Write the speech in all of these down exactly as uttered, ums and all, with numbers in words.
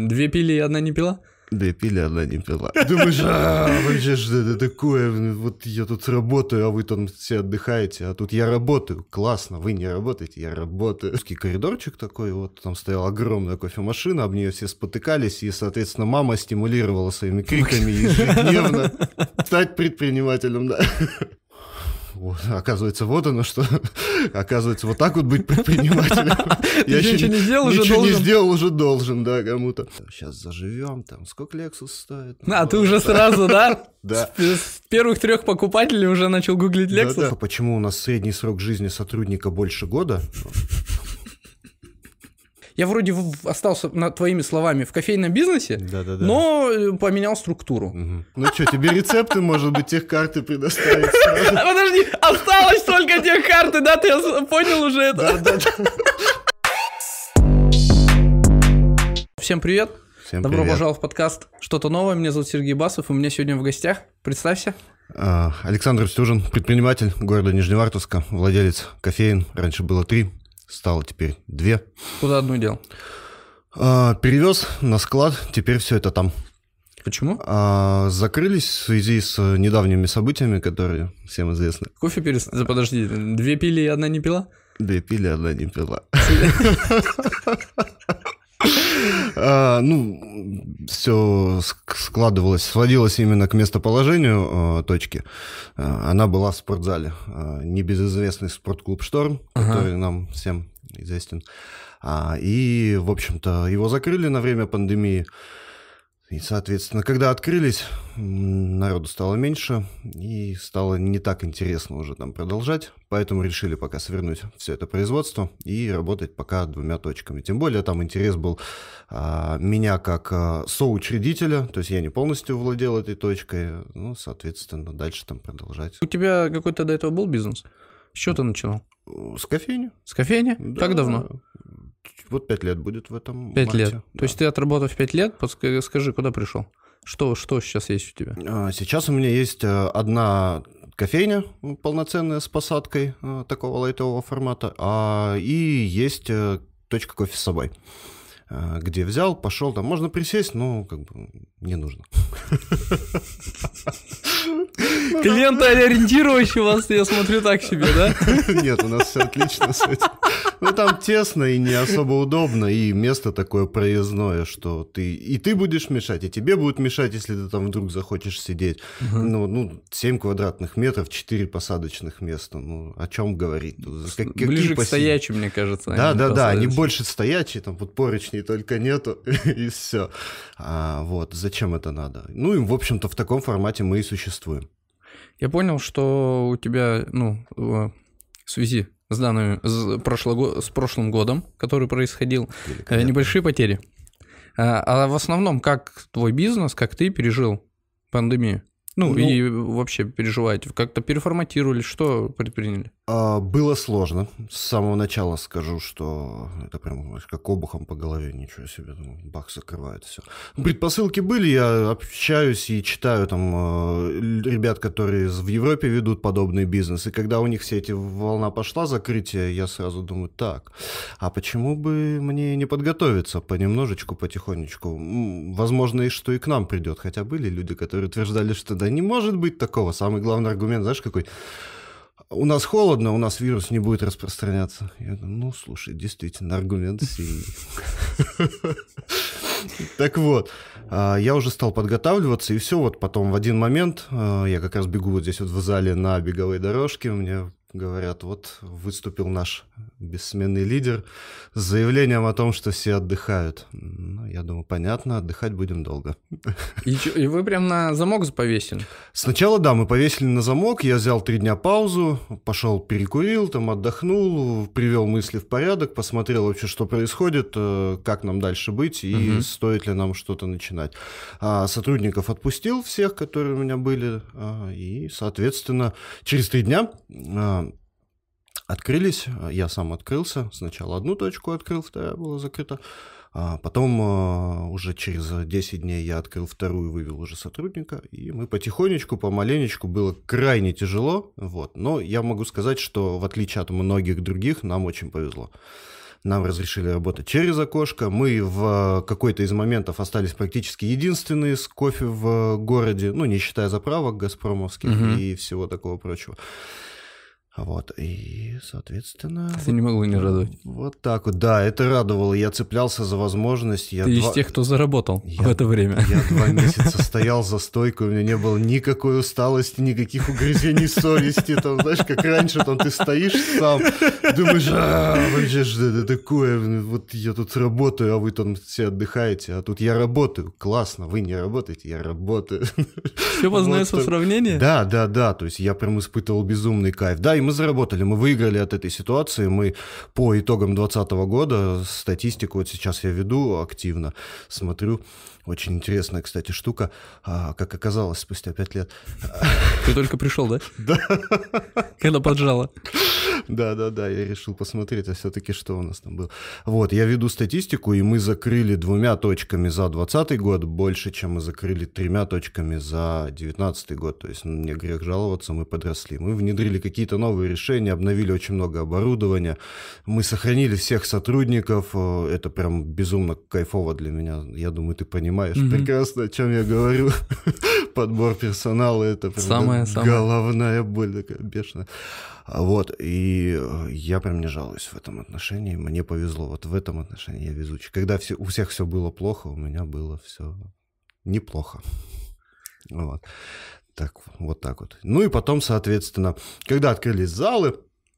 Две пили и одна не пила? Две пили, одна не пила. Думаешь, а, вообще, что это такое? Вот я тут работаю, а вы там все отдыхаете, а тут я работаю. Классно, вы не работаете, я работаю. Узкий коридорчик такой, вот там стояла огромная кофемашина, об нее все спотыкались, и, соответственно, мама стимулировала своими криками ежедневно стать предпринимателем, да. Вот, оказывается, вот оно что. Оказывается, вот так вот быть предпринимателем. Я еще ничего не сделал, уже ничего должен. не сделал, уже должен, да, кому-то. Сейчас заживем, там, сколько Lexus стоит? А, ты уже сразу, да? Да. С первых трех покупателей уже начал гуглить Lexus? Да, да. Почему у нас средний срок жизни сотрудника больше года? Я вроде остался, над твоими словами, в кофейном бизнесе, Да-да-да. но поменял структуру. Угу. Ну что, тебе рецепты, может быть, тех карты предоставить сразу? Подожди, осталось только тех карты, да? Ты понял уже это? Да-да-да. Всем привет. Всем Добро привет. пожаловать в подкаст «Что-то новое». Меня зовут Сергей Басов, и у меня сегодня в гостях. Представься. А, Александр Устюжин, предприниматель города Нижневартовска, владелец кофеин. Раньше было три, стало теперь две. Куда одну дел? А, перевез на склад, теперь все это там. Почему? А, закрылись в связи с недавними событиями, которые всем известны. Кофе перес... Подожди, две пили и одна не пила? Две пили, одна не пила. А, ну, все складывалось, сводилось именно к местоположению а, точки. А, она была в спортзале. А, небезызвестный спортклуб «Шторм», ага. который нам всем известен. А, и, в общем-то, его закрыли на время пандемии. И, соответственно, когда открылись, народу стало меньше, и стало не так интересно уже там продолжать, поэтому решили пока свернуть все это производство и работать пока двумя точками. Тем более там интерес был а, меня как а, соучредителя, то есть я не полностью владел этой точкой, ну, соответственно, дальше там продолжать. У тебя какой-то до этого был бизнес? С чего ты начинал? С кофейни. С кофейни? Да. Как давно? Вот пять лет будет в этом Пять марте. лет. Да. То есть ты отработав пять лет, скажи, куда пришел? Что, что сейчас есть у тебя? Сейчас у меня есть одна кофейня полноценная с посадкой такого лайтового формата, и есть точка кофе с собой, где взял, пошел, там можно присесть, но как бы не нужно. Клиентоориентирующий у вас, я смотрю, так себе, да? Нет, у нас все отлично с этим. Ну, там тесно и не особо удобно, и место такое проездное, что ты и ты будешь мешать, и тебе будут мешать, если ты там вдруг захочешь сидеть. Uh-huh. Ну, ну, семь квадратных метров, четыре посадочных места. Ну, о чем говорить? Как, Ближе к стоячим, мне кажется. Да, да, да, они больше стоячие, там вот поручней только нету, и все. А, вот, зачем это надо? Ну, и, в общем-то, в таком формате мы и существуем. Я понял, что у тебя, ну, в связи с данными, с, прошлого, с прошлым годом, который происходил, небольшие потери. А, а в основном, как твой бизнес, как ты пережил пандемию? Ну, ну, и вообще переживаете, как-то переформатировали, что предприняли? Было сложно. С самого начала скажу, что это прям как обухом по голове, ничего себе, бах, закрывает все. Предпосылки были, я общаюсь и читаю там ребят, которые в Европе ведут подобный бизнес, и когда у них все эти волна пошла, закрытие, я сразу думаю, так, а почему бы мне не подготовиться понемножечку, потихонечку? Возможно, и что и к нам придет, хотя были люди, которые утверждали, что да, не может быть такого. Самый главный аргумент, знаешь, какой? У нас холодно, у нас вирус не будет распространяться. Я думаю, ну, слушай, действительно, аргумент сильный. Так вот, я уже стал подготавливаться, и все, вот потом в один момент, я как раз бегу вот здесь вот в зале на беговой дорожке, мне говорят, вот выступил наш бессменный лидер с заявлением о том, что все отдыхают. Ну, я думаю, понятно, отдыхать будем долго. И, и вы прям на замок повесили? Сначала, да, мы повесили на замок, я взял три дня паузу, пошел перекурил, там отдохнул, привел мысли в порядок, посмотрел вообще, что происходит, как нам дальше быть и угу. стоит ли нам что-то начинать. А сотрудников отпустил всех, которые у меня были, и, соответственно, через три дня... Открылись, я сам открылся, сначала одну точку открыл, вторая была закрыта, а потом уже через десять дней я открыл вторую, вывел уже сотрудника, и мы потихонечку, помаленечку, было крайне тяжело, вот. Но я могу сказать, что в отличие от многих других, нам очень повезло. нам разрешили работать через окошко. Мы в какой-то из моментов остались практически единственные с кофе в городе, ну, не считая заправок газпромовских угу. и всего такого прочего. Вот, и, соответственно... Ты вот, не могло не радовать. Вот так вот, да, это радовало. Я цеплялся за возможность. Я Ты два... из тех, кто заработал я, в это время. Я два месяца стоял за стойкой, у меня не было никакой усталости, никаких угрызений совести. Там, знаешь, как раньше, там ты стоишь сам, думаешь, а, вообще же это такое, вот я тут работаю, а вы там все отдыхаете, а тут я работаю. Классно, вы не работаете, я работаю. Все познается в сравнении? Да, да, да, то есть я прям испытывал безумный кайф. Да, и мы заработали, мы выиграли от этой ситуации, мы по итогам двадцатого года статистику вот сейчас я веду активно, смотрю, очень интересная, кстати, штука, а, как оказалось спустя пять лет. Ты только пришел, да? Да. Когда поджало. Да-да-да, я решил посмотреть, а все-таки что у нас там было. Вот, я веду статистику, и мы закрыли двумя точками за двадцатый год больше, чем мы закрыли тремя точками за девятнадцатый год. То есть ну, мне грех жаловаться, мы подросли. Мы внедрили какие-то новые решения, обновили очень много оборудования, мы сохранили всех сотрудников, это прям безумно кайфово для меня. Я думаю, ты понимаешь mm-hmm. прекрасно, о чем я говорю. Подбор персонала, это прям самая, головная боль такая бешеная. Вот, и я прям не жалуюсь в этом отношении, мне повезло, вот в этом отношении я везучий. Когда все, у всех все было плохо, у меня было все неплохо. Вот, так, вот так вот. Ну и потом, соответственно, когда открылись залы,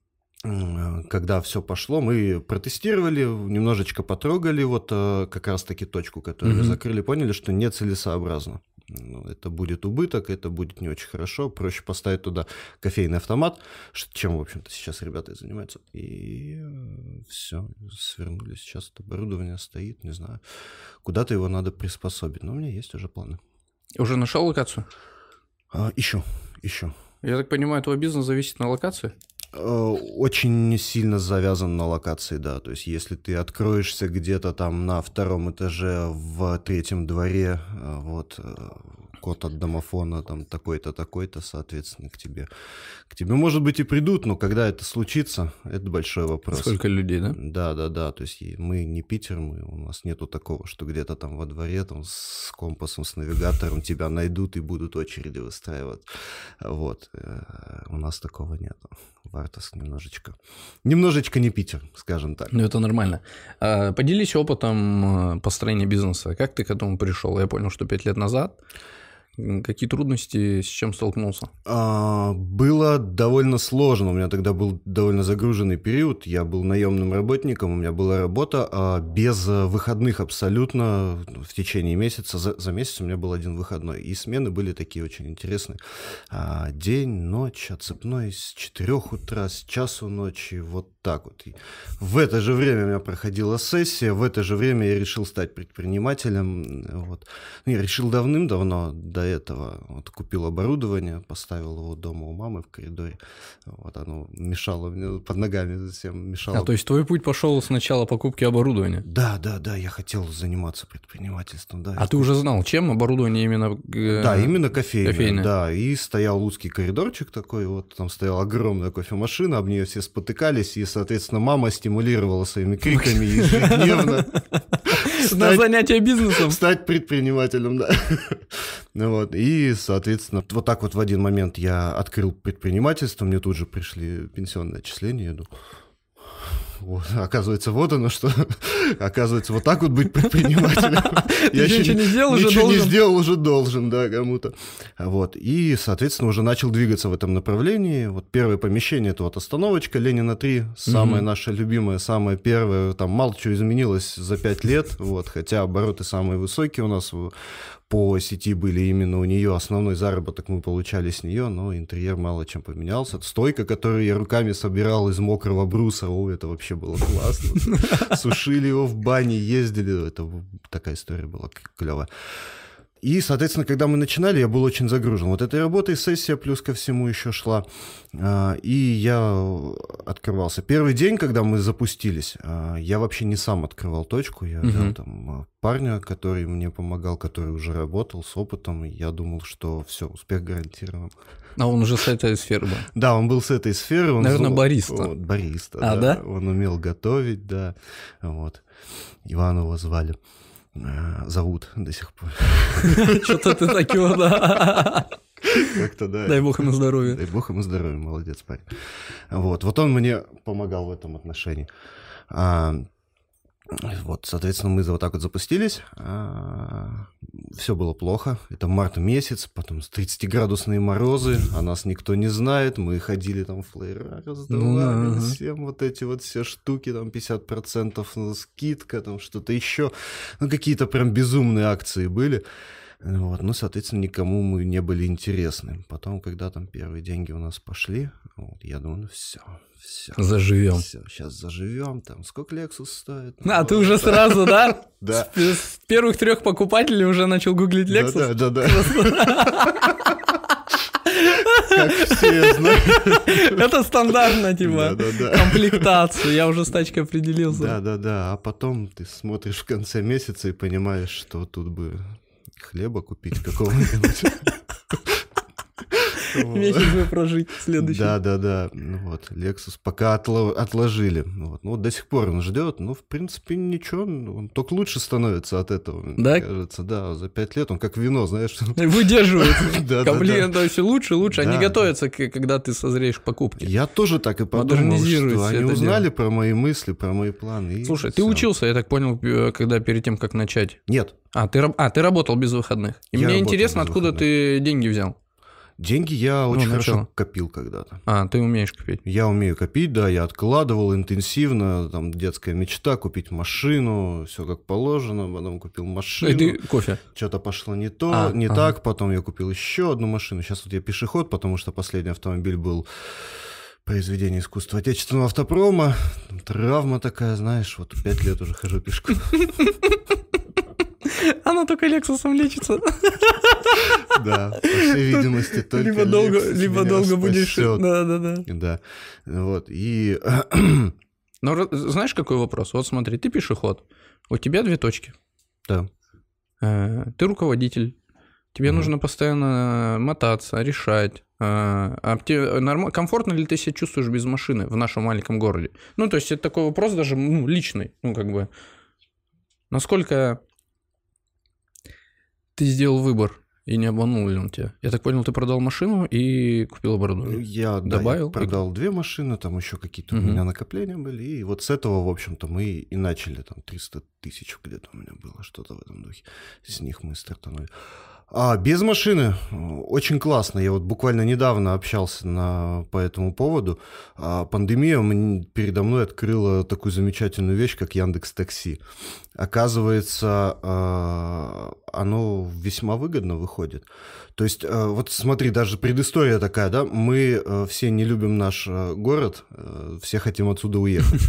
когда все пошло, мы протестировали, немножечко потрогали вот как раз-таки точку, которую mm-hmm. закрыли, поняли, что нецелесообразно. Это будет убыток, это будет не очень хорошо. Проще поставить туда кофейный автомат, чем, в общем-то, сейчас ребята и занимаются. И все, свернули. Сейчас это оборудование стоит, не знаю. Куда-то его надо приспособить. Но у меня есть уже планы. Уже нашел локацию? А, ищу, ищу. Я так понимаю, твой бизнес зависит на локации? Очень сильно завязан на локации, да. То есть, если ты откроешься где-то там на втором этаже в третьем дворе, вот, код от домофона там такой-то, такой-то, соответственно, к тебе. К тебе, может быть, и придут, но когда это случится, это большой вопрос. Сколько людей, да? Да, да, да. То есть, мы не Питер, мы, у нас нету такого, что где-то там во дворе там с компасом, с навигатором тебя найдут и будут очереди выстраивать. Вот. У нас такого нету. Вартовск немножечко. Немножечко не Питер, скажем так. Ну, это нормально. Поделись опытом построения бизнеса. Как ты к этому пришел? Я понял, что пять лет назад. Какие трудности, с чем столкнулся? А, было довольно сложно. У меня тогда был довольно загруженный период. Я был наемным работником, у меня была работа а, без выходных абсолютно в течение месяца. За, за месяц у меня был один выходной. И смены были такие очень интересные. А, день, ночь, отцепной с четырёх утра, с часу ночи, вот так вот. И в это же время у меня проходила сессия, в это же время я решил стать предпринимателем. Вот. Я решил давным-давно, до этого вот, купил оборудование, поставил его дома у мамы в коридоре. Вот оно мешало мне под ногами, всем мешало. А то есть твой путь пошел с начала покупки оборудования? Да, да, да, я хотел заниматься предпринимательством. Да, а ты уже знал, чем оборудование именно? Да, именно кофейное, кофейное. Да, и стоял узкий коридорчик такой, вот там стояла огромная кофемашина, об нее все спотыкались, и, соответственно, мама стимулировала своими криками ежедневно. На занятия бизнесом. Стать предпринимателем, да. Вот. И, соответственно, вот так вот в один момент я открыл предпринимательство, мне тут же пришли пенсионные отчисления, я думаю, вот, оказывается, вот оно что. Оказывается, вот так вот быть предпринимателем. Я еще ничего не сделал, уже должен. Ничего не сделал, уже должен, да, кому-то. Вот. И, соответственно, уже начал двигаться в этом направлении. Вот первое помещение — это вот остановочка Ленина три, самая наша любимая, самая первая. Там мало чего изменилось за пять лет, вот, хотя обороты самые высокие у нас по сети были именно у нее, основной заработок мы получали с нее, но интерьер мало чем поменялся. Стойка, которую я руками собирал из мокрого бруса, о, это вообще было классно. Сушили его в бане, ездили, это такая история была клевая. И, соответственно, когда мы начинали, я был очень загружен. Вот этой работой сессия плюс ко всему еще шла. И я открывался. Первый день, когда мы запустились, я вообще не сам открывал точку. Я взял uh-huh. там парня, который мне помогал, который уже работал с опытом. И я думал, что все, успех гарантирован. А он уже с этой сферы был? Да, он был с этой сферы. Он Наверное, зл... бариста. Вот, бариста, а, да. да? Он умел готовить, да. Вот. Иван его звали. Зовут до сих пор. Что-то ты такого, да. Как-то, да. Дай бог ему здоровья. Дай бог ему здоровья, молодец парень. Вот, вот он мне помогал в этом отношении. А, вот, соответственно, мы вот так вот запустились. А, все было плохо. Это март месяц, потом тридцатиградусные морозы, о нас никто не знает. Мы ходили там флеера, раздавали ну, всем вот эти вот все штуки, там пятьдесят процентов скидка, там что-то еще. Ну, какие-то прям безумные акции были. Вот, ну, соответственно, никому мы не были интересны. Потом, когда там первые деньги у нас пошли, вот, я думаю, ну все, все. Заживем. Все, сейчас заживем. Там сколько Lexus стоит? А, ты уже сразу, да? Да. С первых трех покупателей уже начал гуглить Lexus? Да, да, да. Как все знают. Это стандартно, типа, комплектация. Я уже с тачкой определился. Да, да, да. А потом ты смотришь в конце месяца и понимаешь, что тут бы хлеба купить какого-нибудь. Месяц бы прожить следующий. Да, да, да. Ну вот, Lexus пока отло- отложили. Вот. Ну вот до сих пор он ждет. Ну, в принципе, ничего. Он только лучше становится от этого, да? Мне кажется. Да, за пять лет он как вино, знаешь. Выдерживается. Комплименты все лучше, лучше. Они готовятся, когда ты созреешь к покупке. Я тоже так и подумал, что они узнали про мои мысли, про мои планы. Слушай, ты учился, я так понял, когда перед тем, как начать? Нет. А, ты, а, ты работал без выходных. И мне интересно, откуда ты деньги взял? Деньги я очень ну, хорошо копил когда-то. А, ты умеешь копить? Я умею копить, да, я откладывал интенсивно, там, детская мечта, купить машину, все как положено, потом купил машину. И ты кофе? Что-то пошло не то, а, не ага. так, потом я купил еще одну машину. Сейчас вот я пешеход, потому что последний автомобиль был произведение искусства отечественного автопрома. Травма такая, знаешь, вот пять лет уже хожу пешком. Она только Лексусом лечится. Да, по всей видимости, только либо долго, Lexus либо долго будешь. Да, да, да. Да, вот, и... Но знаешь, какой вопрос? Вот смотри, ты пешеход, у тебя две точки. Да. Ты руководитель, тебе mm-hmm. нужно постоянно мотаться, решать. А тебе норм... комфортно ли ты себя чувствуешь без машины в нашем маленьком городе? Ну, то есть это такой вопрос даже ну, личный, ну, как бы... Насколько... ты сделал выбор, и не обманул ли он тебя? Я так понял, ты продал машину и купил оборудование. Я, добавил. Да, я продал и... две машины, там еще какие-то угу. у меня накопления были, и вот с этого, в общем-то, мы и начали, там триста тысяч где-то у меня было, что-то в этом духе. С них мы стартанули. А без машины очень классно. Я вот буквально недавно общался на, по этому поводу. А пандемия передо мной открыла такую замечательную вещь, как Яндекс.Такси. Оказывается, оно весьма выгодно выходит. То есть, вот смотри, даже предыстория такая, да, мы все не любим наш город, все хотим отсюда уехать.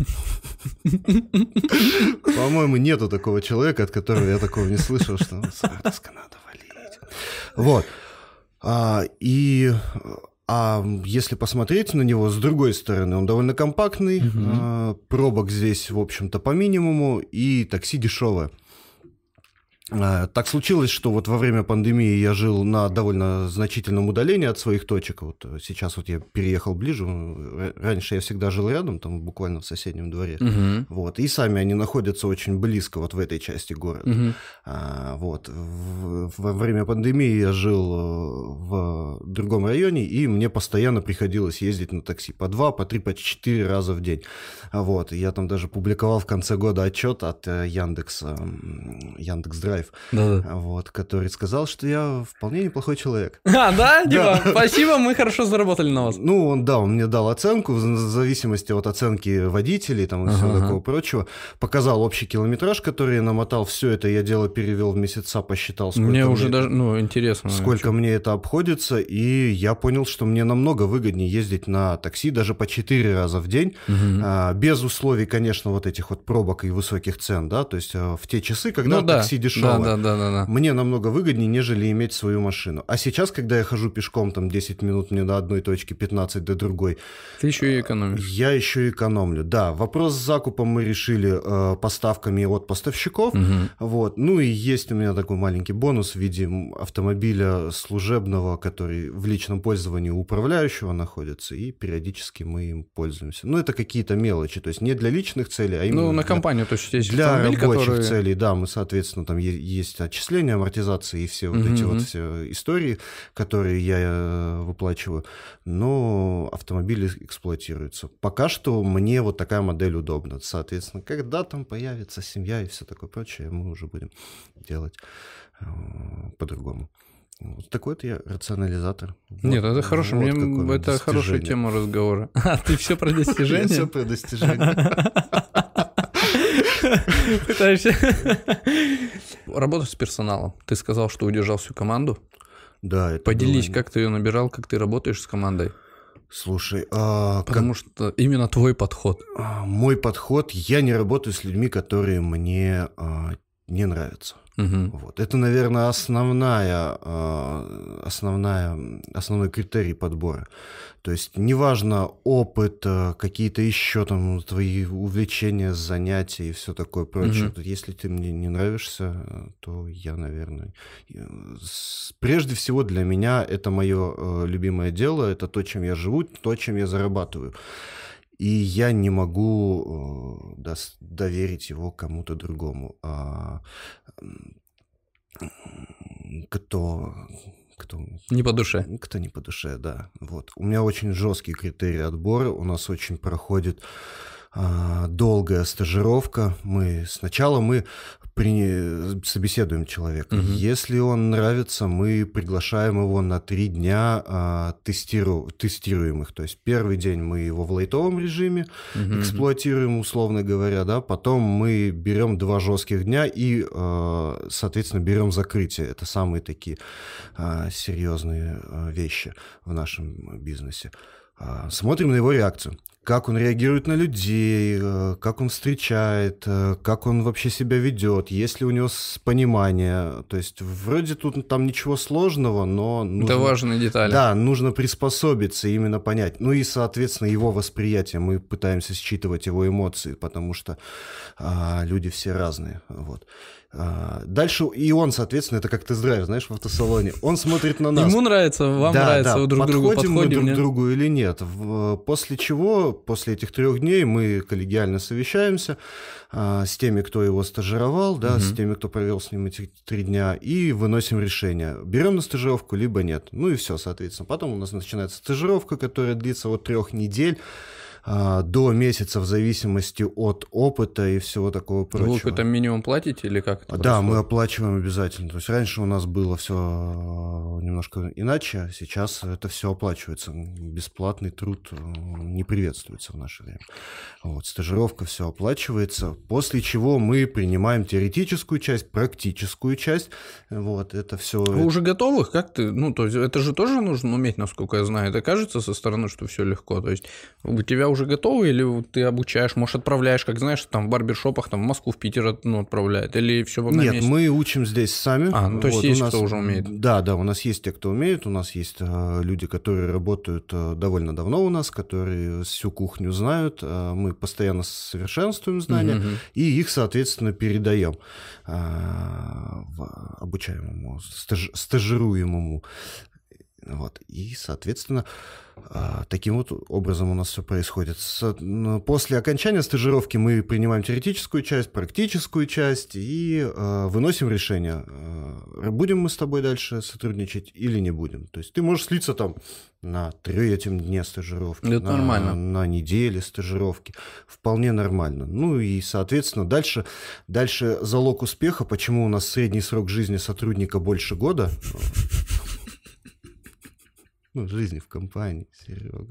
По-моему, нету такого человека, от которого я такого не слышал, что Саратовска надо валить. Вот. А, и а если посмотреть на него с другой стороны, он довольно компактный, угу. а, пробок здесь, в общем-то, по минимуму, и такси дешевое. А, так случилось, что вот во время пандемии я жил на довольно значительном удалении от своих точек. Вот сейчас вот я переехал ближе. Раньше я всегда жил рядом, там буквально в соседнем дворе. Угу. Вот. И сами они находятся очень близко вот в этой части города. Угу. А, вот. В, во время пандемии я жил в другом районе, и мне постоянно приходилось ездить на такси по два, по три, по четыре раза в день. Вот. И я там даже публиковал в конце года отчет от Яндекса, Яндекс.Драйв. Да-да. Вот, который сказал, что я вполне неплохой человек. А, да? Дима, да. Спасибо, мы хорошо заработали на вас. Ну, он, да, он мне дал оценку, в зависимости от оценки водителей там, и ага, всего ага. такого прочего. Показал общий километраж, который я намотал. Все это я дело перевел в месяца, посчитал, сколько мне... мне уже даже, ну, интересно. Сколько что... мне это обходится, и я понял, что мне намного выгоднее ездить на такси даже по четыре раза в день, угу. а, без условий, конечно, вот этих вот пробок и высоких цен, да, то есть а, в те часы, когда ну, такси да. дешевое. тяжелое. Да, да, да, да, да. Мне намного выгоднее, нежели иметь свою машину. А сейчас, когда я хожу пешком, там десять минут мне до одной точки, пятнадцать до другой. Ты еще и экономишь. Я еще экономлю, да. Вопрос с закупом мы решили э, поставками от поставщиков. Угу. Вот. Ну и есть у меня такой маленький бонус в виде автомобиля служебного, который в личном пользовании у управляющего находится, и периодически мы им пользуемся. Ну, это какие-то мелочи, то есть не для личных целей, а именно ну, на для, компанию, то есть есть для автомобиль, рабочих который... целей. Да, мы, соответственно, там есть отчисления, амортизации и все вот Uh-huh. эти вот все истории, которые я выплачиваю, но автомобили эксплуатируются. Пока что мне вот такая модель удобна. Соответственно, когда там появится семья и все такое прочее, мы уже будем делать э, по-другому. Вот такой вот я рационализатор. Нет, вот, это хорошо, вот мне это хорошая тема разговора. А, ты все про достижения? Все про достижения. Пытаешься. Работа с персоналом. Ты сказал, что удержал всю команду. Да, это Поделись, было... как ты ее набирал, как ты работаешь с командой. Слушай, а потому как... что именно твой подход. А, мой подход, я не работаю с людьми, которые мне а, не нравятся. Угу. Вот. Это, наверное, основная, а, основная, основной критерий подбора. То есть неважно опыт, какие-то еще там твои увлечения, занятия и все такое прочее. Угу. Если ты мне не нравишься, то я, наверное... Прежде всего для меня это мое любимое дело, это то, чем я живу, то, чем я зарабатываю. И я не могу э, доверить его кому-то другому, а, кто, кто... Не по душе. Кто не по душе, да. Вот. У меня очень жесткий критерий отбора, у нас очень проходит а, долгая стажировка. Мы сначала мы при... собеседуем человека. Угу. Если он нравится, мы приглашаем его на три дня а, тестиру... тестируем их. То есть первый день мы его в лайтовом режиме угу. эксплуатируем, условно говоря, да. Потом мы берем два жестких дня и, а, соответственно, берем закрытие. Это самые такие а, серьезные а, вещи в нашем бизнесе. А, смотрим на его реакцию. Как он реагирует на людей, как он встречает, как он вообще себя ведет, есть ли у него понимание. То есть вроде тут там ничего сложного, но... Нужно, это важные детали. Да, нужно приспособиться, именно понять. Ну и, соответственно, его восприятие. Мы пытаемся считывать его эмоции, потому что а, люди все разные. Вот. Дальше и он, соответственно, это как тест-драйв, знаешь, в автосалоне. Он смотрит на нас. Ему нравится, вам да, нравится, да, друг другу подходим. мы друг нет? другу или нет. После чего, после этих трех дней мы коллегиально совещаемся а, с теми, кто его стажировал, да, угу. с теми, кто провел с ним эти три дня, и выносим решение, берем на стажировку, либо нет. Ну и все, соответственно. Потом у нас начинается стажировка, которая длится от трех недель до месяца в зависимости от опыта и всего такого прочего. Вы какой-то минимум платите или как это Да, происходит? мы оплачиваем обязательно. То есть раньше у нас было все немножко иначе, сейчас это все оплачивается. Бесплатный труд не приветствуется в наше время. Вот, стажировка все оплачивается, после чего мы принимаем теоретическую часть, практическую часть. Вот, это все. Вы уже готовы? Как ты? Ну, то есть это же тоже нужно уметь, насколько я знаю. Это кажется со стороны, что все легко. То есть у тебя уже готовы, или ты обучаешь, может, отправляешь, как знаешь, там в барбершопах, там в Москву, в Питер ну, отправляют, или все на Нет, месте? мы учим здесь сами. А, ну то есть вот, есть у нас, кто уже умеет? Да, да, у нас есть те, кто умеет, у нас есть э, люди, которые работают э, довольно давно у нас, которые всю кухню знают, э, мы постоянно совершенствуем знания, угу. и их, соответственно, передаем э, в обучаемому, стаж, стажируемому. Вот. И, соответственно, таким вот образом у нас все происходит. После окончания стажировки мы принимаем теоретическую часть, практическую часть и выносим решение, будем мы с тобой дальше сотрудничать или не будем. То есть ты можешь слиться там на третьем дне стажировки, это на, нормально. на неделе стажировки. Вполне нормально. Ну и, соответственно, дальше, дальше залог успеха, почему у нас средний срок жизни сотрудника больше года... Ну, жизни в компании, Серега.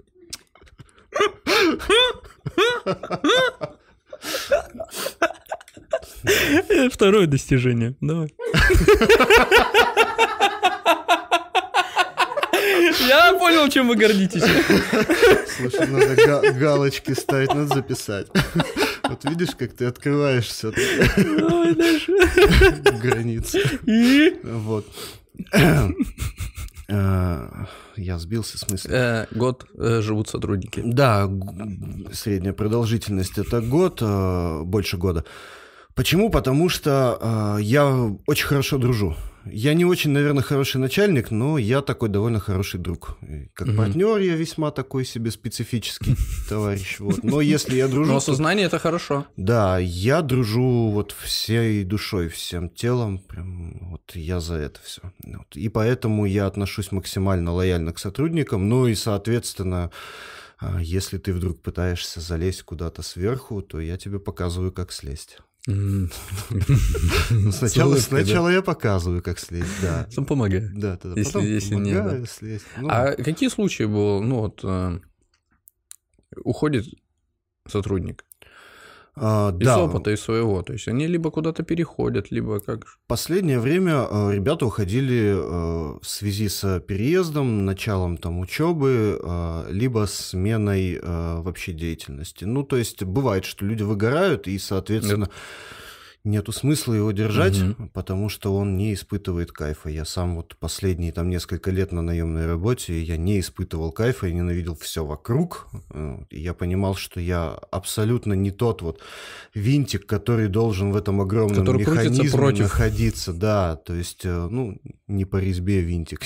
Второе достижение. Давай. Я понял, чем вы гордитесь. Слушай, надо га- галочки ставить, надо записать. Вот Вот видишь, как ты открываешь все границы. Вот. Я сбился с мысли. Год живут сотрудники. Да, средняя продолжительность это год, больше года. Почему? Потому что я очень хорошо дружу. Я не очень, наверное, хороший начальник, но я такой довольно хороший друг. Как угу. партнер я весьма такой себе специфический товарищ. Вот. Но если я дружу... Но осознание то... это хорошо. Да, я дружу вот всей душой, всем телом. Прям вот я за это все. Вот. И поэтому я отношусь максимально лояльно к сотрудникам. Ну и, соответственно, если ты вдруг пытаешься залезть куда-то сверху, то я тебе показываю, как слезть. Mm. Сначала, сначала да. я показываю, как слезть, да. Сам помогаю. Да, да, да. Если, Потом если помогаю нет, да. слезть. Ну, а какие случаи было, ну вот, э, уходит сотрудник? А, из да. опыта, из своего. То есть они либо куда-то переходят, либо как? В последнее время э, ребята уходили э, в связи с переездом, началом там учебы, э, либо сменой э, вообще деятельности. Ну, то есть бывает, что люди выгорают, и, соответственно, Нет. нету смысла его держать, угу. потому что он не испытывает кайфа. Я сам вот последние там несколько лет на наемной работе, я не испытывал кайфа, я ненавидел все вокруг. И я понимал, что я абсолютно не тот вот винтик, который должен в этом огромном который механизме против. находиться. Да, то есть, ну, не по резьбе винтик.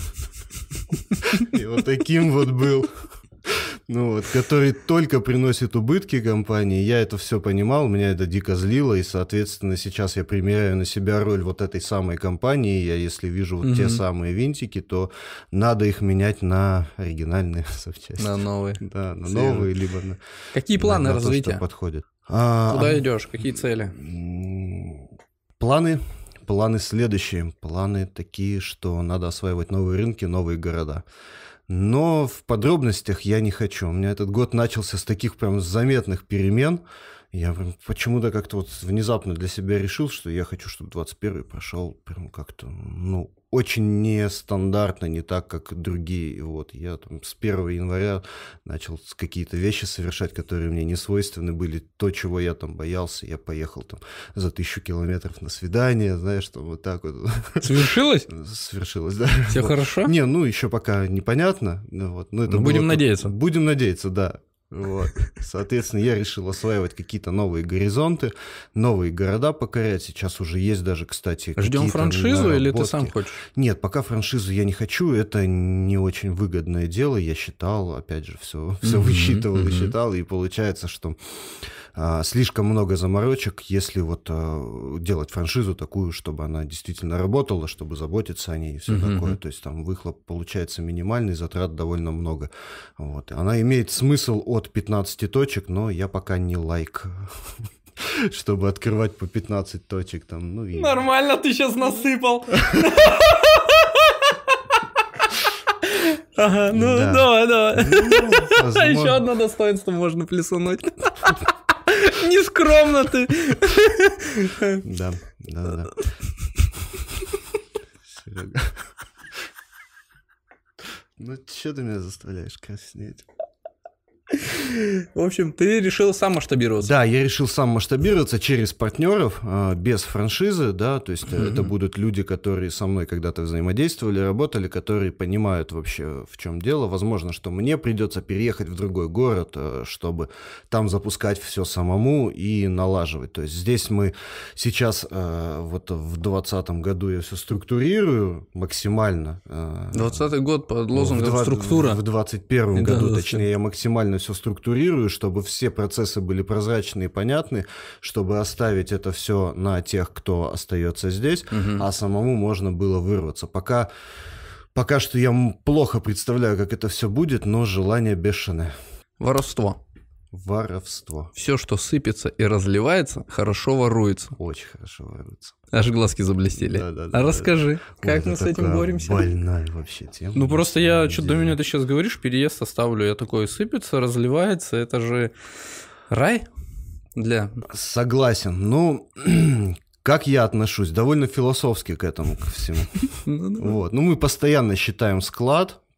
И вот таким вот был. Ну вот, который только приносит убытки компании. Я это все понимал, меня это дико злило, и, соответственно, сейчас я примеряю на себя роль вот этой самой компании. Я, если вижу вот угу. те самые винтики, то надо их менять на оригинальные запчасти. На новые. Да, на Серьезно? новые, либо на... Какие планы на, на развития? То, что подходит. Куда а, идешь? Какие цели? Планы? Планы следующие. Планы такие, что надо осваивать новые рынки, новые города. Но в подробностях я не хочу. У меня этот год начался с таких прям заметных перемен. Я прям почему-то как-то вот внезапно для себя решил, что я хочу, чтобы двадцать первый прошел прям как-то, ну, очень нестандартно, не так, как другие. Вот я там с первого января начал какие-то вещи совершать, которые мне не свойственны были. То, чего я там боялся, я поехал там за тысячу километров на свидание, знаешь, там вот так вот. Свершилось? Свершилось, да. Все вот. Хорошо? Не, ну еще пока непонятно. Вот. Но это ну, будем было... надеяться. Будем надеяться, да. Вот. Соответственно, я решил осваивать какие-то новые горизонты, новые города покорять. Сейчас уже есть даже, кстати, Ждем франшизу или ты сам хочешь? Нет, пока франшизу я не хочу. Это не очень выгодное дело. Я считал, опять же, все, все mm-hmm, высчитывал mm-hmm. и считал. И получается, что а, слишком много заморочек, если вот а, делать франшизу такую, чтобы она действительно работала, чтобы заботиться о ней и все mm-hmm. такое. То есть там выхлоп получается минимальный, затрат довольно много. Вот. Она имеет смысл от пятнадцати точек, но я пока не лайк, чтобы открывать по пятнадцать точек. Там, ну, и... Нормально, ты сейчас насыпал. Ага, ну да. давай, давай. Ну, возможно... Еще одно достоинство можно плесунуть. Нескромно ты. Да, да, да. Серега. Ну, что ты меня заставляешь краснеть? В общем, ты решил сам масштабироваться. Да, я решил сам масштабироваться через партнеров, без франшизы, да, то есть mm-hmm. это будут люди, которые со мной когда-то взаимодействовали, работали, которые понимают вообще, в чем дело. Возможно, что мне придется переехать в другой город, чтобы там запускать все самому и налаживать. То есть здесь мы сейчас, вот в двадцатом году я все структурирую максимально. двадцатый год под лозунгом в «структура». В двадцать первом году, да, точнее, я максимально все структурирую, чтобы все процессы были прозрачны и понятны, чтобы оставить это все на тех, кто остается здесь, угу. а самому можно было вырваться. Пока, пока что я плохо представляю, как это все будет, но желание бешеное. Воровство. Воровство. Все, что сыпется и разливается, хорошо воруется. Очень хорошо воруется. Аж глазки заблестели. Да, да, да, а да, расскажи, да. как Ой, мы с этим боремся? Больная вообще тема. Ну просто я, что до меня ты сейчас говоришь, переезд оставлю, я такой, сыпется, разливается, это же рай для... Согласен, ну... Как я отношусь? Довольно философски к этому, ко всему. Вот. Ну, мы постоянно считаем склад,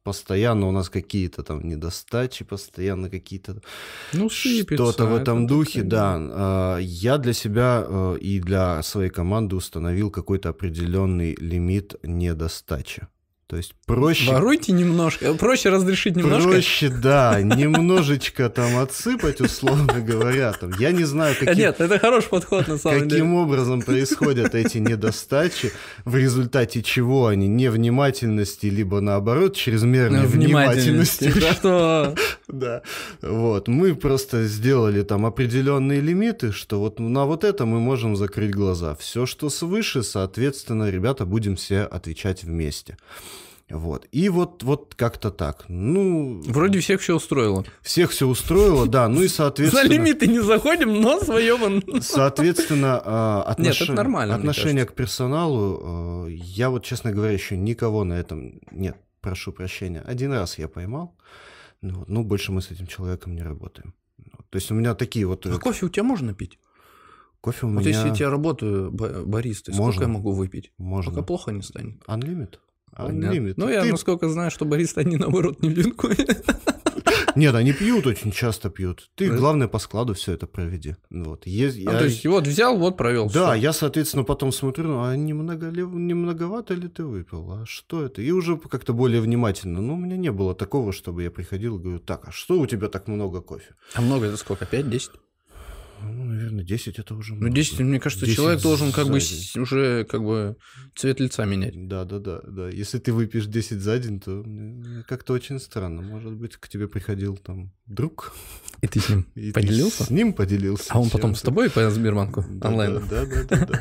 постоянно у нас какие-то там недостачи, постоянно какие-то... Ну, сыпется. Что-то в этом это духе, такое. да. Я для себя и для своей команды установил какой-то определенный лимит недостачи. То есть проще... Воруйте немножко, проще разрешить немножко. Проще, да, немножечко там отсыпать, условно говоря. Там. Я не знаю, каким, Нет, это хороший подход на самом каким деле. образом происходят эти недостачи, в результате чего они невнимательности, либо наоборот чрезмерной внимательности. Да. Что? Да, вот. Мы просто сделали там определенные лимиты, что вот на вот это мы можем закрыть глаза. Все, что свыше, соответственно, ребята, будем все отвечать вместе. Вот. И вот, вот как-то так. Ну, вроде всех все устроило. Всех все устроило, да. Ну и соответственно... За лимиты не заходим, но своем... Соответственно, отнош... Нет, это нормально, отношение к персоналу, я вот, честно говоря, еще никого на этом... Нет, прошу прощения. Один раз я поймал, ну, ну больше мы с этим человеком не работаем. То есть у меня такие вот... А кофе у тебя можно пить? Кофе у вот меня... Вот если я работаю баристой, сколько можно. я могу выпить? Можно. Пока плохо не станет. Unlimited. Unlimited. Ну, я Ты... насколько знаю, что баристы, они наоборот не пьют кофе. Нет, они пьют, очень часто пьют. Ты, главное, по складу все это проведи. Вот. Есть, а, я... То есть, вот взял, вот провел. Да, все. я, соответственно, потом смотрю, ну, а немного ли, не многовато ли ты выпил? А что это? И уже как-то более внимательно. Ну, у меня не было такого, чтобы я приходил и говорю, так, а что у тебя так много кофе? А много это сколько? пять-десять? Ну, наверное, десять это уже много. Ну, десять, мне кажется, человек должен как бы с... уже как бы цвет лица менять. Да, да, да, да. Если ты выпьешь десять за день, то как-то очень странно. Может быть, к тебе приходил там друг. И ты с ним и поделился? С ним поделился. А он потом с тобой по Сбербанку да, онлайн? Да, да, да, да.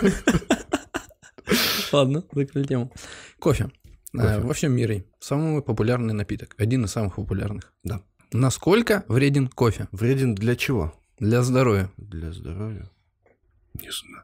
Ладно, закрыли тему. Кофе. Во всем мире самый популярный напиток. Один из самых популярных. Да. Насколько вреден кофе? Вреден для чего? Для здоровья. Для здоровья? Не знаю.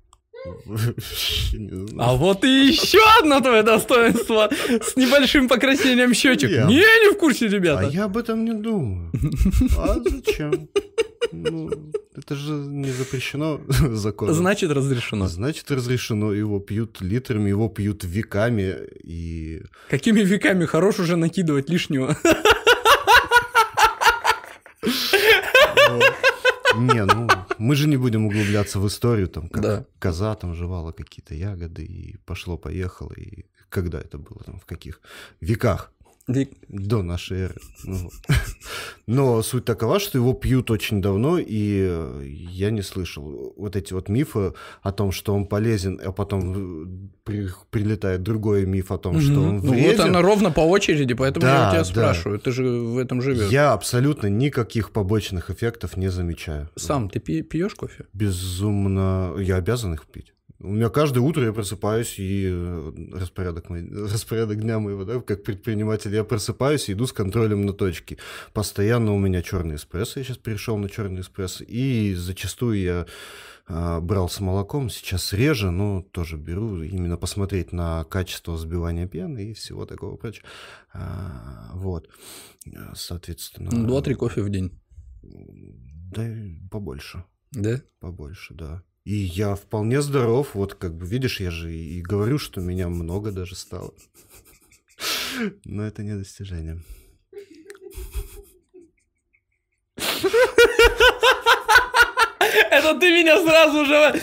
А вот и еще одно твое достоинство с небольшим покраснением щечек. Я... Не, не в курсе, ребята. А я об этом не думаю. А зачем? Ну, это же не запрещено законом. Значит, разрешено. Значит, разрешено. Его пьют литрами, его пьют веками. И... Какими веками? Хорош уже накидывать лишнего. Не, ну, мы же не будем углубляться в историю, там, как да. коза там жевала какие-то ягоды, и пошло-поехало, и когда это было, там, в каких веках Век. до нашей эры. Ну, но суть такова, что его пьют очень давно, и я не слышал вот эти вот мифы о том, что он полезен, а потом при, прилетает другой миф о том, mm-hmm. что он вреден. Ну вот она ровно по очереди, поэтому да, я у тебя да. спрашиваю, ты же в этом живешь. Я абсолютно никаких побочных эффектов не замечаю. Сам ты пи- пьешь кофе? Безумно. Я обязан их пить. У меня каждое утро я просыпаюсь, и распорядок, мой, распорядок дня моего, да, как предприниматель, я просыпаюсь и иду с контролем на точке. Постоянно у меня черный эспрессо, я сейчас перешел на черный эспрессо, и зачастую я а, брал с молоком, сейчас реже, но тоже беру, именно посмотреть на качество взбивания пены и всего такого прочего. А, вот, соответственно... Два-три кофе в день. Да, побольше. Да? Побольше, да. И я вполне здоров, вот как бы, видишь, я же и говорю, что меня много даже стало. Но это не достижение. Это ты меня сразу же...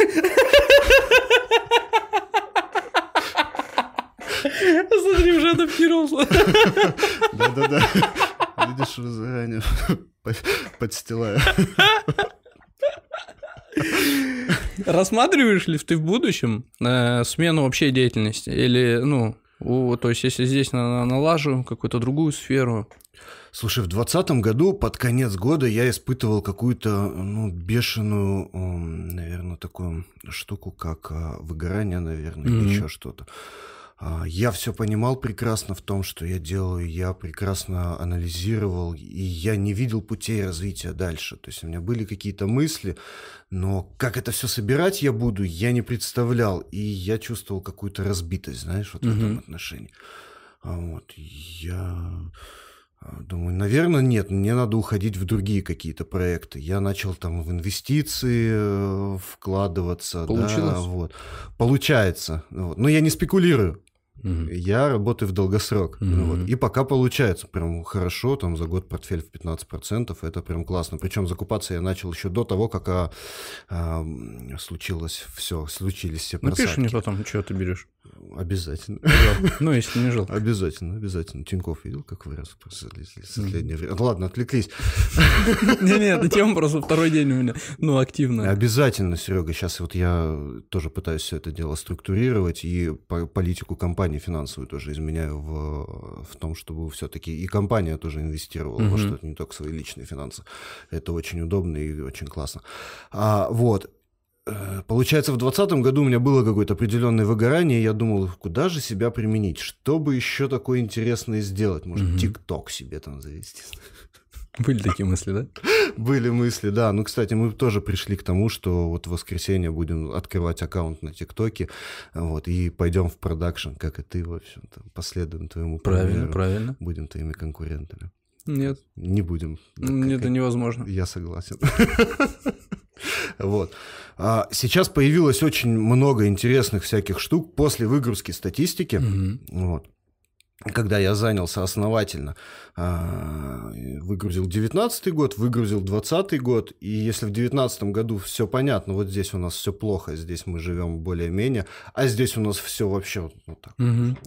Смотри, уже адаптировался. Да-да-да. Видишь, уже заранее подстилаю. Рассматриваешь ли ты в будущем э, смену вообще деятельности? Или, ну, у, то есть, если здесь на, налажу какую-то другую сферу? Слушай, в двадцатом году под конец года я испытывал какую-то, ну, бешеную, наверное, такую штуку, как выгорание, наверное, mm-hmm. или еще что-то. Я все понимал прекрасно в том, что я делаю, я прекрасно анализировал, и я не видел путей развития дальше. То есть у меня были какие-то мысли, но как это все собирать я буду, я не представлял. И я чувствовал какую-то разбитость, знаешь, вот mm-hmm. в этом отношении. Вот, я думаю, наверное, нет, мне надо уходить в другие какие-то проекты. Я начал там в инвестиции вкладываться. Получилось? Да, вот. Получается. Вот. Но я не спекулирую. Угу. Я работаю в долгосрок. Угу. Вот. И пока получается прям хорошо, там за год портфель в пятнадцать процентов, это прям классно. Причем закупаться я начал еще до того, как а, а, случилось все, случились все просадки. Напиши мне потом, что ты берешь. Обязательно. Ну, если не жил. Обязательно, обязательно. Тинькофф видел, как вырос в последнее время? Ладно, отвлеклись. Не-не, эта тема просто второй день у меня, ну, активно. Обязательно, Серега. Сейчас вот я тоже пытаюсь все это дело структурировать и политику компании финансовую тоже изменяю в, в том, чтобы все-таки и компания тоже инвестировала во что-то, не только свои личные финансы. Это очень удобно и очень классно. А, вот. Получается, в двадцатом году у меня было какое-то определенное выгорание, и я думал, куда же себя применить, что бы еще такое интересное сделать, может, ТикТок себе там завести. Были такие мысли, да? Были мысли, да. Ну, кстати, мы тоже пришли к тому, что вот в воскресенье будем открывать аккаунт на ТикТоке, вот, и пойдем в продакшн, как и ты, в общем-то, последуем твоему примеру. Правильно, примеру. правильно. Будем твоими конкурентами. Нет. Не будем. Нет, это невозможно. Я согласен. Вот. А сейчас появилось очень много интересных всяких штук после выгрузки статистики. Mm-hmm. Вот. Когда я занялся основательно, выгрузил девятнадцатый год, выгрузил двадцатый год, и если в девятнадцатом году все понятно, вот здесь у нас все плохо, здесь мы живем более-менее, а здесь у нас все вообще вот так.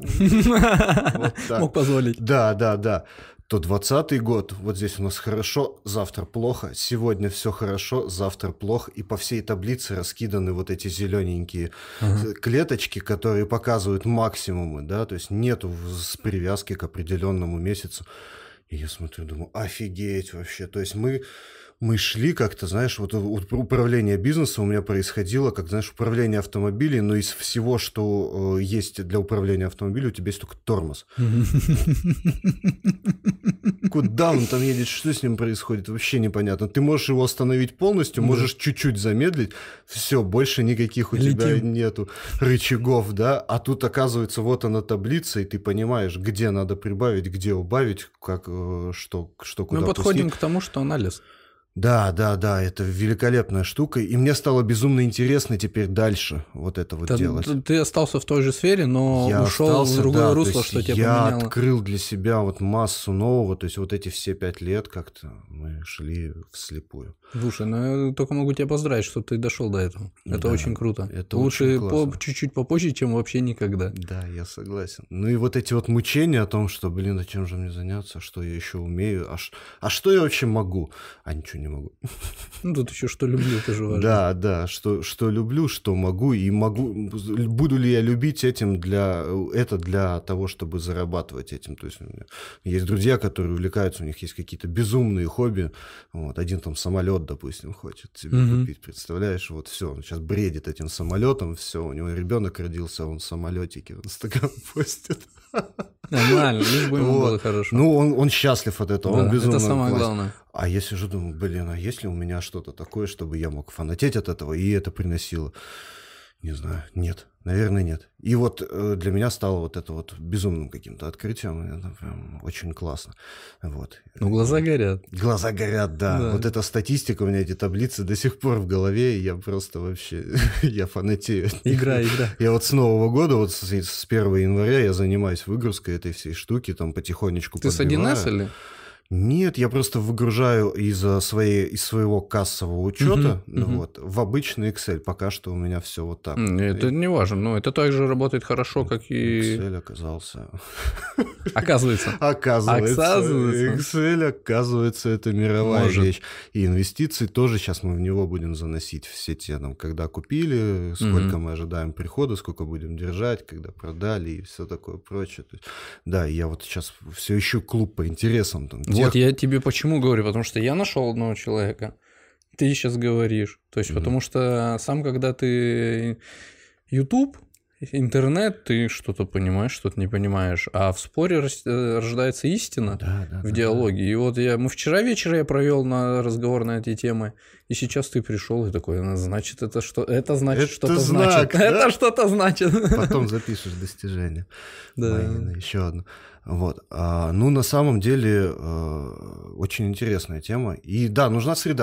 Мог позволить. Да, да, да. То двадцатый год, вот здесь у нас хорошо, завтра плохо, сегодня все хорошо, завтра плохо, и по всей таблице раскиданы вот эти зелененькие uh-huh. клеточки, которые показывают максимумы, да, то есть нету с привязки к определенному месяцу. И я смотрю, думаю, офигеть вообще, то есть мы... Мы шли как-то, знаешь, вот управление бизнесом у меня происходило, как, знаешь, управление автомобилем, но из всего, что э, есть для управления автомобилем, у тебя есть только тормоз. Куда он там едет, что с ним происходит, вообще непонятно. Ты можешь его остановить полностью, можешь чуть-чуть замедлить, все, больше никаких у тебя нету рычагов, да, а тут, оказывается, вот она таблица, и ты понимаешь, где надо прибавить, где убавить, как, что, что куда. Мы подходим к тому, что анализ. Да, да, да, это великолепная штука, и мне стало безумно интересно теперь дальше вот это вот ты, делать. Ты остался в той же сфере, но я ушел остался, в другое да, русло, что тебя я поменяло. Я открыл для себя вот массу нового, то есть вот эти все пять лет как-то мы шли вслепую. Слушай, ну я только могу тебя поздравить, что ты дошел до этого. Это да, очень круто. Это лучше очень по, чуть-чуть попозже, чем вообще никогда. Да, я согласен. Ну и вот эти вот мучения о том, что, блин, а чем же мне заняться, что я еще умею, а, а что я вообще могу? А ничего не могу. Ну тут еще что люблю, это же важно. Да, да, что, что люблю, что могу, и могу, буду ли я любить этим для, это для того, чтобы зарабатывать этим. То есть у меня есть друзья, которые увлекаются, у них есть какие-то безумные хобби. Вот, один там самолет, допустим, хочет себе mm-hmm. купить, представляешь, вот все, он сейчас бредит этим самолетом, все, у него ребенок родился, он в самолетике, он стакан постит. Нормально, лишь бы ему вот. Было хорошо. Ну, он, он счастлив от этого, да, он безумно это самое класс. Главное. А я сижу, думаю, блин, а есть ли у меня что-то такое, чтобы я мог фанатеть от этого, и это приносило? Не знаю, нет, наверное, нет. И вот э, для меня стало вот это вот безумным каким-то открытием, это прям очень классно. Вот. Ну, глаза горят. Глаза горят, да. да. Вот эта статистика, у меня эти таблицы до сих пор в голове, и я просто вообще, я фанатею. Игра, игра. Я вот с Нового года, вот с, с первого января я занимаюсь выгрузкой этой всей штуки, там потихонечку Ты подбиваю. с один эс или? Нет, я просто выгружаю из, своей, из своего кассового учета uh-huh, uh-huh. Вот, в обычный Excel. Пока что у меня все вот так. Это и... не важно, но это также работает хорошо, как и... Excel оказался... Оказывается. Оказывается. Excel, оказывается, это мировая Может. вещь. И инвестиции тоже сейчас мы в него будем заносить все те, там, когда купили, сколько uh-huh. мы ожидаем прихода, сколько будем держать, когда продали и все такое прочее. То есть, да, я вот сейчас все ищу клуб по интересам, там, вот я тебе почему говорю, потому что я нашел одного человека, ты сейчас говоришь, то есть mm-hmm. потому что сам, когда ты YouTube, интернет, ты что-то понимаешь, что-то не понимаешь, а в споре рождается истина да, да, в да, диалоге. Да. И вот я, мы вчера вечером я провел на разговор на эти темы, и сейчас ты пришел и такой, значит, это что? Это значит, это что-то знак, значит. Да? Это что-то значит. Потом запишешь достижение. Да. Еще одно. Вот. А, ну, на самом деле, э, очень интересная тема. И да, нужна среда.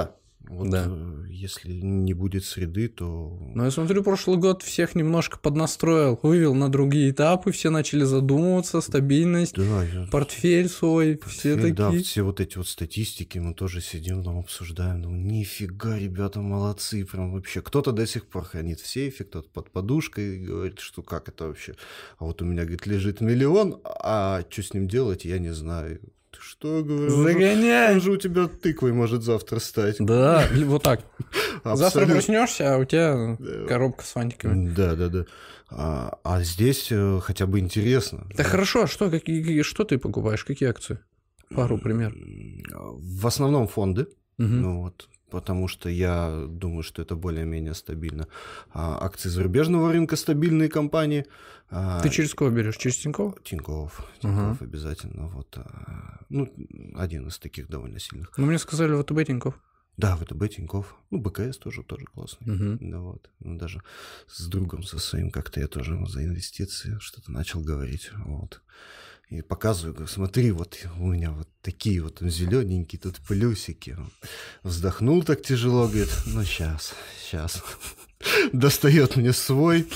Вот Да. если не будет среды, то... Ну, я смотрю, прошлый год всех немножко поднастроил, вывел на другие этапы, все начали задумываться, стабильность, Да, я... портфель свой, все Портфель, такие. Да, все вот эти вот статистики мы тоже сидим, там обсуждаем. Ну, нифига, ребята, молодцы, прям вообще. Кто-то до сих пор хранит в сейфе, кто-то под подушкой говорит, что как это вообще. А вот у меня, говорит, лежит миллион, а что с ним делать, я не знаю. Ты что, говорю? Загоняй! Он же у тебя тыквой может завтра стать. Да, вот так. Завтра Абсолютно. проснешься, а у тебя коробка с фантиками. Да, да, да. А, а здесь э, хотя бы интересно. Да хорошо, а что, какие, что ты покупаешь, какие акции? Пару пример. В основном фонды. Мгм. Ну вот, потому что я думаю, что это более-менее стабильно. А, акции зарубежного рынка стабильные компании. А, Ты через кого берешь? Через Тинькофф? Тинькофф. Ага. Тинькофф обязательно. Вот, а, ну, один из таких довольно сильных. Ну, мне сказали, вэ тэ бэ Тинькофф. Да, ВТБ, Тинькофф. Ну, бэ ка эс тоже, тоже классный. Мгм. Да, вот. Ну, даже с другом со своим как-то я тоже за инвестиции что-то начал говорить. Вот. И показываю, говорю, смотри, вот у меня вот такие вот зелененькие тут плюсики. Вздохнул так тяжело, говорит, ну, сейчас, сейчас. Достает мне свой,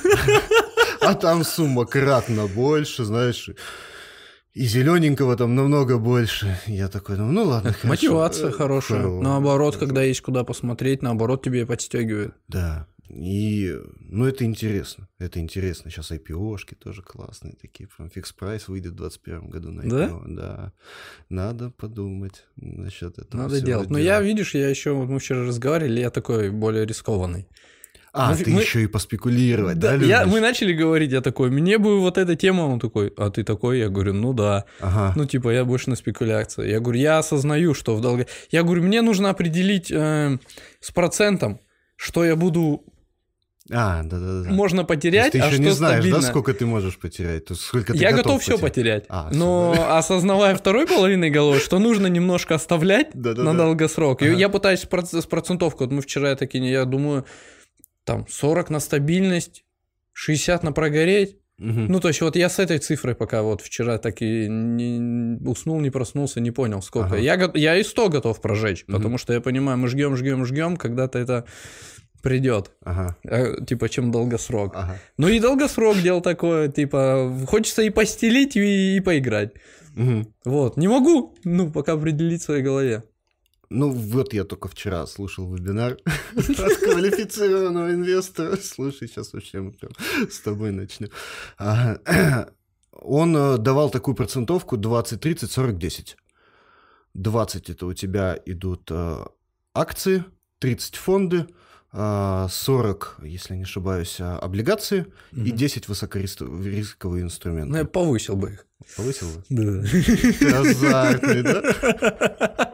а там сумма кратно больше, знаешь. И зелененького там намного больше. Я такой, ну, ну ладно, хорошо. Мотивация Э, хорошая. хорошо, Наоборот, хорошо. когда есть куда посмотреть, наоборот, тебе подстегивает. Да. И, ну, это интересно. Это интересно. Сейчас ай пи о-шки тоже классные такие. Прям фикс-прайс выйдет в двадцать первом году на ай пи о. Да? Да. Надо подумать насчет этого. Надо всего делать. Но дела. я, видишь, я еще, вот мы вчера разговаривали, я такой более рискованный. А, мы- ты мы- еще и поспекулировать, да, Да, любишь? я, мы начали говорить, я такой, мне бы вот эта тема, он такой, а ты такой? Я говорю, ну да. Ага. Ну, типа, я больше на спекуляции. Я говорю, я осознаю, что в долго... Я говорю, мне нужно определить э, с процентом, что я буду... А, да-да-да. Можно То есть потерять, ты а еще что не знаешь, стабильно. да, сколько ты можешь потерять? То есть сколько ты Я готов готов все потерять? потерять. А, но всё, осознавая второй половиной головы, что нужно немножко оставлять Да-да-да. на долгосрок. И Ага. я пытаюсь проц- с процентовкой. Вот мы вчера такие, я думаю, там сорок на стабильность, шестьдесят на прогореть. Мгм. Ну, то есть, вот я с этой цифрой пока вот вчера так и не уснул, не проснулся, не понял, сколько. Ага. Я, го- я и сто готов прожечь, Мгм. потому что я понимаю, мы жгем, жгем, жгем, когда-то это придет. Ага. А, типа, чем долгосрок. Ага. Ну и долгосрок дело такое, типа, хочется и постелить, и, и поиграть. Мгм. Вот, не могу, ну, пока определить в своей голове. Ну, вот я только вчера слушал вебинар от квалифицированного инвестора. Слушай, сейчас вообще мы прям с тобой начнем. А, Он э, давал такую процентовку двадцать, тридцать, сорок, десять. двадцать это у тебя идут э, акции, тридцать фонды, э, сорок, если не ошибаюсь, э, облигации и Мгм. десять высокорисковые Ну, я инструменты. повысил бы их. Повысил бы? Да. Ты азартный, да?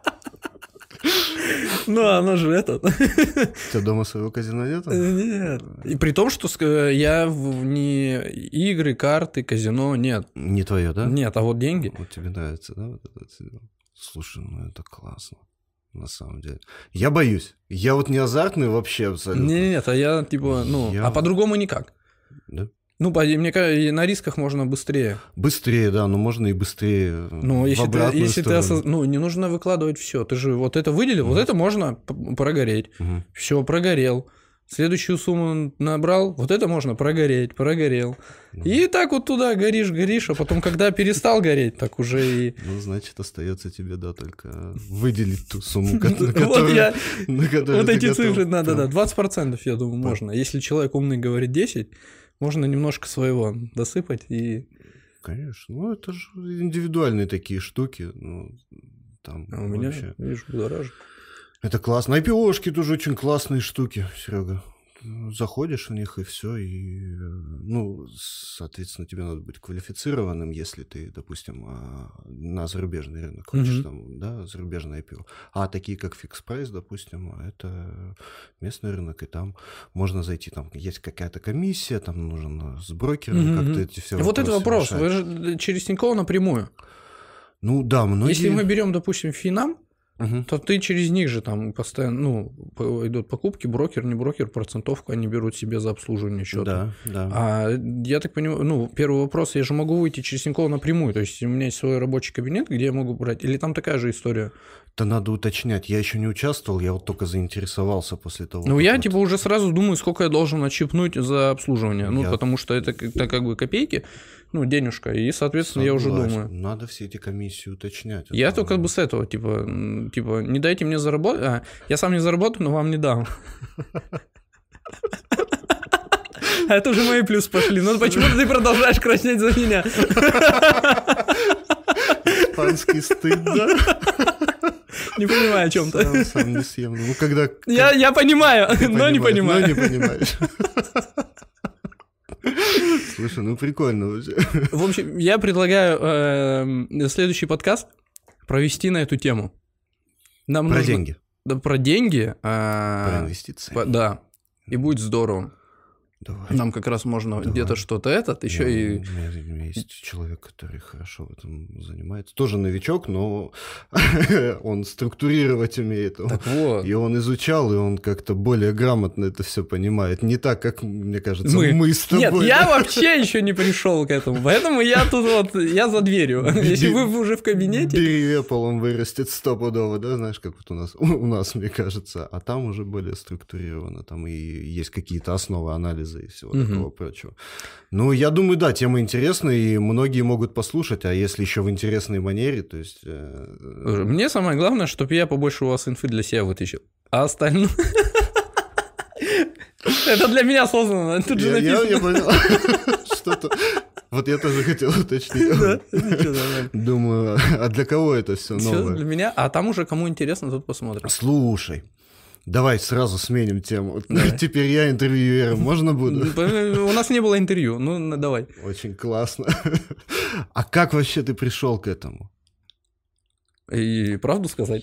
Ну, оно же этот. У тебя дома своего казино нету? Нет. И при том, что ск- я в- не игры, карты, казино, нет. Не твое, да? Нет, а вот деньги. Вот тебе нравится, да? Вот это всё? Слушай, ну это классно, на самом деле. Я боюсь. Я вот не азартный вообще абсолютно. Не, нет, а я типа, ну, Я- а по-другому никак. Да? Ну, по- мне кажется, и на рисках можно быстрее. Быстрее, да, но можно и быстрее. Ну, в если ты, обратную если ты сторону. осоз- ну, не нужно выкладывать все. Ты же вот это выделил, вот это можно п- прогореть. Мгм. Все, прогорел. Следующую сумму набрал, вот это можно прогореть, прогорел. И так вот туда горишь, горишь, а потом, когда перестал гореть, так уже и... Ну, значит, остается тебе, да, только выделить ту сумму, ко- на Вот которую я... на которую Вот ты эти готов. цифры надо, да, Да. двадцать процентов, я думаю, можно. Если человек умный говорит десять, можно немножко своего досыпать и... Конечно. Ну, это же индивидуальные такие штуки. Ну, там А у меня, вообще... видишь, будоражит. Это классно. ай пи о-шки тоже очень классные штуки, Серега. Заходишь в них и все, и, ну, соответственно, тебе надо быть квалифицированным, если ты, допустим, а, на зарубежный рынок хочешь, Мгм. там, да, зарубежное ай пи о. А такие, как Fix Price, допустим, это местный рынок, и там можно зайти, там есть какая-то комиссия, там нужно с брокером Мгм, как-то мгм. эти все Вот это вопросы вопрос. решать. Вы же через Тинькофф напрямую. Ну, да, многие... Если мы берем, допустим, Финам, Мгм. то ты через них же там постоянно, ну, по- идут покупки, брокер, не брокер, процентовку они берут себе за обслуживание счета. Да, да. А я так понимаю, ну, первый вопрос, я же могу выйти через Тинькофф напрямую, то есть у меня есть свой рабочий кабинет, где я могу брать, или там такая же история? Да надо уточнять. Я еще не участвовал, я вот только заинтересовался после того. Ну, я вот... типа уже сразу думаю, сколько я должен отщипнуть за обслуживание. Ну, я... потому что это, это как бы копейки, ну, денежка. И, соответственно, Согласен. Я уже думаю. Надо все эти комиссии уточнять. Я это... только бы с этого, типа, типа, не дайте мне заработать. А, я сам не заработаю, но вам не дам. А это уже мои плюсы пошли. Ну, почему ты продолжаешь краснеть за меня? Испанский стыд, да? Не понимаю, о чем ты. Сам, сам не съем. Ну, когда... Я, я понимаю, но понимаешь, не понимаю. Но не понимаешь. Слушай, ну прикольно вообще. В общем, я предлагаю э, следующий подкаст провести на эту тему. Нам про нужно... деньги. Да, про деньги. Э, про инвестиции. По... Да, и будет здорово. Давай. Нам как раз можно Давай. где-то что-то этот, еще ну, и... У меня есть человек, который хорошо в этом занимается. Тоже новичок, но он структурировать умеет. Так вот. И он изучал, и он как-то более грамотно это все понимает. Не так, как, мне кажется, мы, мы с тобой. Нет, да? Я вообще еще не пришел к этому, поэтому я тут вот, я за дверью. Если вы уже в кабинете... Бери Apple, он вырастет стопудово, да, знаешь, как вот у нас, у нас, мне кажется. А там уже более структурировано, там и есть какие-то основы анализа и всего угу. такого прочего. Ну, я думаю, да, тема интересная, и многие могут послушать, а если еще в интересной манере, то есть... Э... Мне самое главное, чтобы я побольше у вас инфы для себя вытащил. А остальное... Это для меня создано, тут же написано. Я понял. Что-то... Вот я тоже хотел уточнить. Думаю, а для кого это все новое? Для меня, а там уже кому интересно, тот посмотрим. Слушай. Давай сразу сменим тему. Да. Теперь я интервьюером, можно буду? У нас не было интервью, ну давай. Очень классно. А как вообще ты пришел к этому? И правду сказать?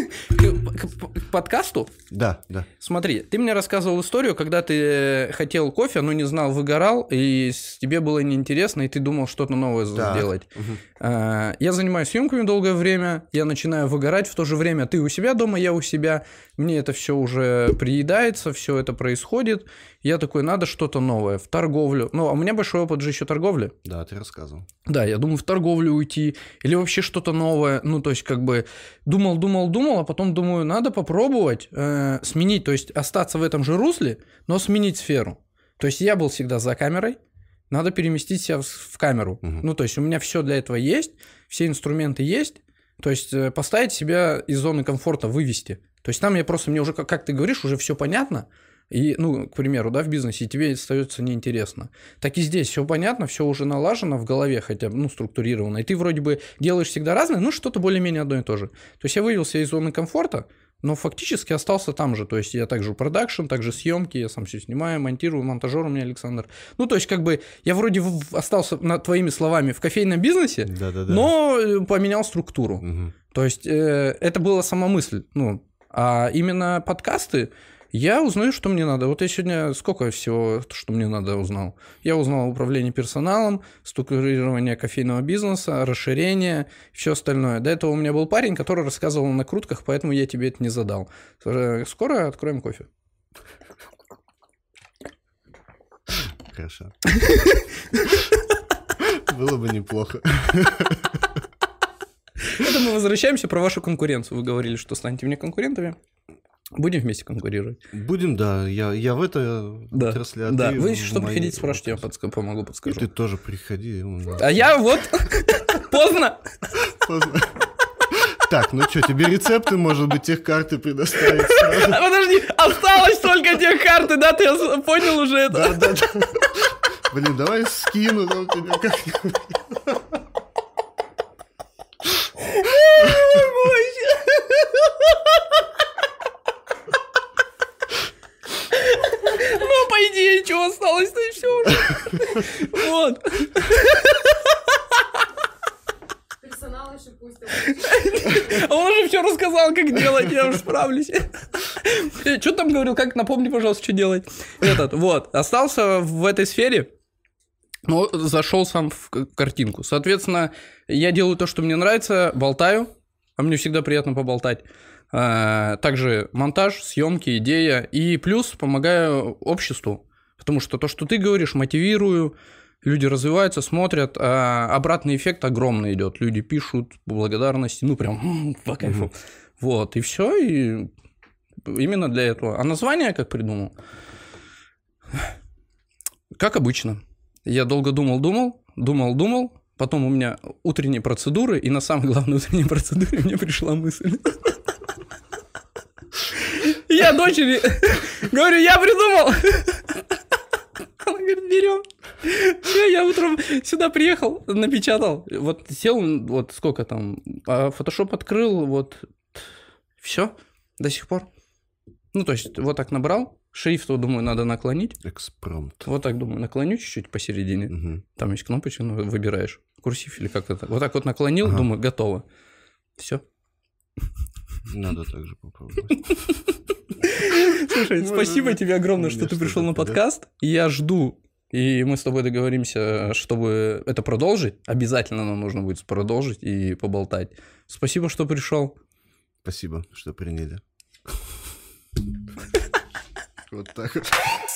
К подкасту? Да, да. Смотри, ты мне рассказывал историю, когда ты хотел кофе, но не знал, выгорал, и тебе было неинтересно, и ты думал что-то новое сделать. Угу. Я занимаюсь съемками долгое время, я начинаю выгорать, в то же время ты у себя дома, я у себя, мне это все уже приедается, все это происходит. Я такой, надо что-то новое, в торговлю. Ну, а у меня большой опыт же еще торговли. Да, ты рассказывал. Да, я думаю, в торговлю уйти, или вообще что-то новое. Ну, то есть, как бы, думал, думал, думал, а потом думаю, надо попробовать э, сменить, то есть, остаться в этом же русле, но сменить сферу. То есть, я был всегда за камерой, надо переместить себя в, в камеру. Угу. Ну, то есть, у меня все для этого есть, все инструменты есть, то есть, э, поставить себя из зоны комфорта, вывести. То есть, там я просто, мне уже, как, как ты говоришь, уже все понятно. И, ну, к примеру, да, в бизнесе тебе остается неинтересно. Так и здесь все понятно, все уже налажено в голове хотя бы, ну, структурировано. И ты вроде бы делаешь всегда разное, но что-то более-менее одно и то же. То есть я вывелся из зоны комфорта, но фактически остался там же. То есть я также продакшн, также съемки, я сам все снимаю, монтирую, монтажер у меня Александр. Ну, то есть как бы я вроде остался, над твоими словами, в кофейном бизнесе, да-да-да, но поменял структуру. Угу. То есть э, это была сама мысль. Ну, а именно подкасты, я узнаю, что мне надо. Вот я сегодня сколько всего, что мне надо, узнал. Я узнал управление персоналом, структурирование кофейного бизнеса, расширение, все остальное. До этого у меня был парень, который рассказывал на накрутках, поэтому я тебе это не задал. Скоро откроем кофе. Хорошо. Было бы неплохо. Это мы возвращаемся про вашу конкуренцию. Вы говорили, что станете мне конкурентами. Будем вместе конкурировать? Будем, да. Я, я в это да. отрасле, а да. ты Вы что моей... приходите, спрашивайте, я подск... помогу, подскажу. И ты тоже приходи. А я вот... Поздно! Поздно. Так, ну что, тебе рецепты, может быть, тех карты предоставить сразу? Подожди, осталось только тех карты, да? Ты понял уже это? Да, да, да. Блин, давай скину там тебе как-нибудь. Ну, по идее, что осталось-то и все уже. Вот. Персонал еще пусть. Он уже все рассказал, как делать, я уже справлюсь. Что там говорил, как, напомни, пожалуйста, что делать. Этот, вот, остался в этой сфере, но зашел сам в картинку. Соответственно, я делаю то, что мне нравится, болтаю, а мне всегда приятно поболтать. Также монтаж, съемки, идея. И плюс помогаю обществу. Потому что то, что ты говоришь, мотивирую, люди развиваются, смотрят, а обратный эффект огромный идет. Люди пишут благодарности, ну прям по кайфу. Вот, и все, и именно для этого. А название как придумал? Как обычно. Я долго думал-думал, думал-думал, потом у меня утренние процедуры, и на самой главной утренней процедуре мне пришла мысль. Я дочери говорю, я придумал. Она говорит, берем. Все, я утром сюда приехал, напечатал. Вот сел, вот сколько там, а Photoshop открыл, вот все, до сих пор. Ну, то есть, вот так набрал, шрифт, вот, думаю, надо наклонить. Экспромт. Вот так, думаю, наклоню чуть-чуть посередине. Угу. Там есть кнопочка, ну, выбираешь. Курсив или как это. Вот так вот наклонил, ага. Думаю, готово. Все. Надо также попробовать. Слушай, спасибо тебе огромное, что ты пришел на подкаст. Я жду, и мы с тобой договоримся, чтобы это продолжить. Обязательно нам нужно будет продолжить и поболтать. Спасибо, что пришел. Спасибо, что приняли. Вот так вот.